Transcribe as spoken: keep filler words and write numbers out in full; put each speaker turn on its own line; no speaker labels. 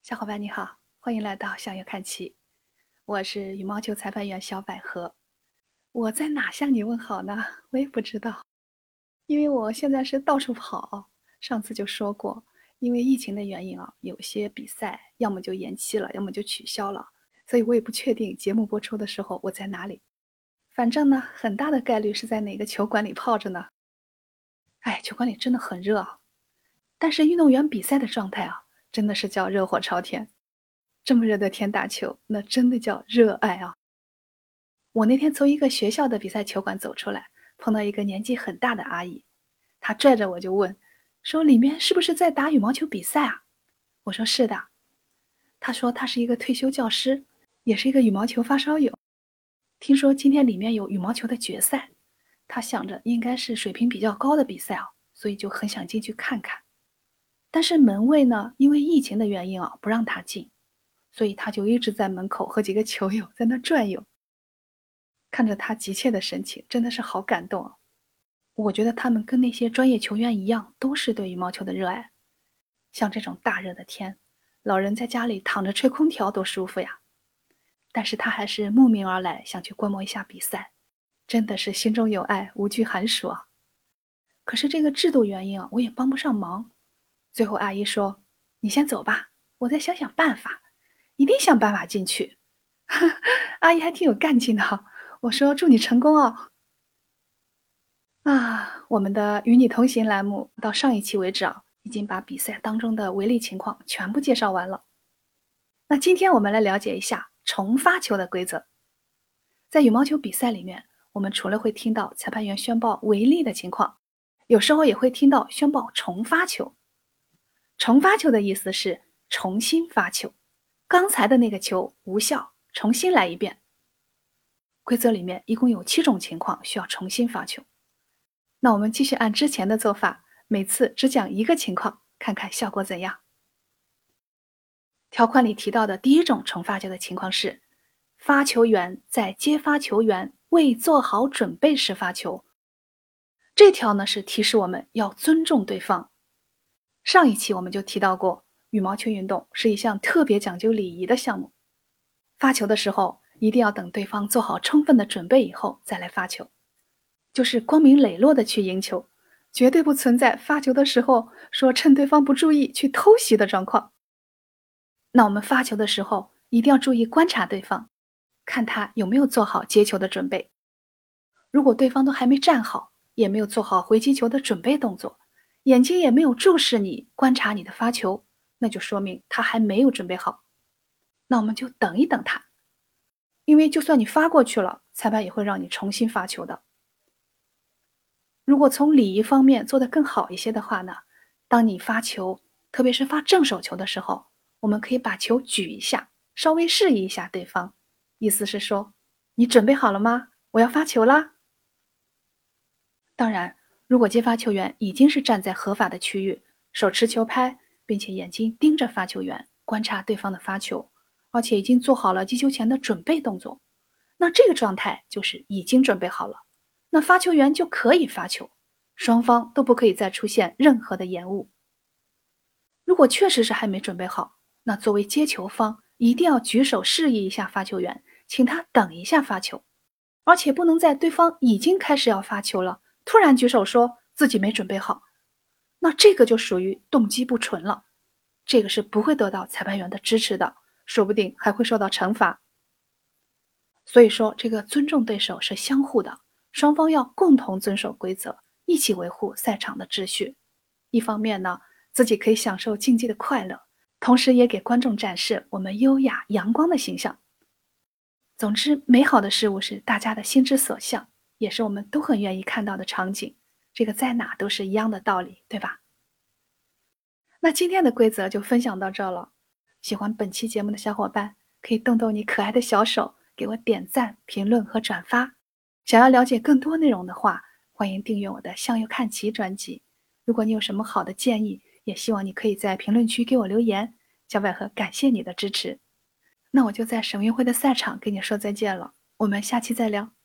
小伙伴你好，欢迎来到向右看齐，我是羽毛球裁判员小百合。我在哪向你问好呢？我也不知道，因为我现在是到处跑。上次就说过，因为疫情的原因啊，有些比赛要么就延期了，要么就取消了，所以我也不确定节目播出的时候我在哪里。反正呢，很大的概率是在哪个球馆里泡着呢。哎，球馆里真的很热啊，但是运动员比赛的状态啊，真的是叫热火朝天。这么热的天打球，那真的叫热爱啊！我那天从一个学校的比赛球馆走出来，碰到一个年纪很大的阿姨，她拽着我就问，说里面是不是在打羽毛球比赛啊？我说是的。她说她是一个退休教师，也是一个羽毛球发烧友。听说今天里面有羽毛球的决赛，她想着应该是水平比较高的比赛啊，所以就很想进去看看。但是门卫呢，因为疫情的原因啊，不让她进，所以她就一直在门口和几个球友在那转悠。看着他急切的神情，真的是好感动啊！我觉得他们跟那些专业球员一样，都是对羽毛球的热爱。像这种大热的天，老人在家里躺着吹空调多舒服呀！但是他还是慕名而来，想去观摩一下比赛，真的是心中有爱，无惧寒暑啊！可是这个制度原因啊，我也帮不上忙。最后阿姨说：“你先走吧，我再想想办法，一定想办法进去。阿姨还挺有干劲的哈。我说：“祝你成功哦！”啊，我们的与你同行栏目到上一期为止啊，已经把比赛当中的违例情况全部介绍完了。那今天我们来了解一下重发球的规则。在羽毛球比赛里面，我们除了会听到裁判员宣报违例的情况，有时候也会听到宣报重发球。重发球的意思是重新发球，刚才的那个球无效，重新来一遍。规则里面一共有七种情况需要重新发球。那我们继续按之前的做法，每次只讲一个情况，看看效果怎样。条款里提到的第一种重发球的情况是，发球员在接发球员未做好准备时发球。这条呢是提示我们要尊重对方。上一期我们就提到过，羽毛球运动是一项特别讲究礼仪的项目。发球的时候，一定要等对方做好充分的准备以后再来发球。就是光明磊落的去赢球，绝对不存在发球的时候说趁对方不注意去偷袭的状况。那我们发球的时候一定要注意观察对方，看他有没有做好接球的准备。如果对方都还没站好，也没有做好回击球的准备动作，眼睛也没有注视你，观察你的发球，那就说明他还没有准备好。那我们就等一等他，因为就算你发过去了，裁判也会让你重新发球的。如果从礼仪方面做得更好一些的话呢，当你发球，特别是发正手球的时候，我们可以把球举一下，稍微示意一下对方，意思是说，你准备好了吗？我要发球啦。当然，如果接发球员已经是站在合法的区域，手持球拍，并且眼睛盯着发球员，观察对方的发球，而且已经做好了击球前的准备动作，那这个状态就是已经准备好了。那发球员就可以发球，双方都不可以再出现任何的延误。如果确实是还没准备好，那作为接球方一定要举手示意一下发球员，请他等一下发球，而且不能在对方已经开始要发球了，突然举手说自己没准备好，那这个就属于动机不纯了，这个是不会得到裁判员的支持的，说不定还会受到惩罚。所以说，这个尊重对手是相互的，双方要共同遵守规则，一起维护赛场的秩序。一方面呢，自己可以享受竞技的快乐，同时也给观众展示我们优雅阳光的形象。总之，美好的事物是大家的心之所向，也是我们都很愿意看到的场景。这个在哪都是一样的道理，对吧？那今天的规则就分享到这了。喜欢本期节目的小伙伴，可以动动你可爱的小手，给我点赞、评论和转发。想要了解更多内容的话，欢迎订阅我的《向右看齐》专辑。如果你有什么好的建议，也希望你可以在评论区给我留言。小百合感谢你的支持。那我就在省运会的赛场跟你说再见了，我们下期再聊。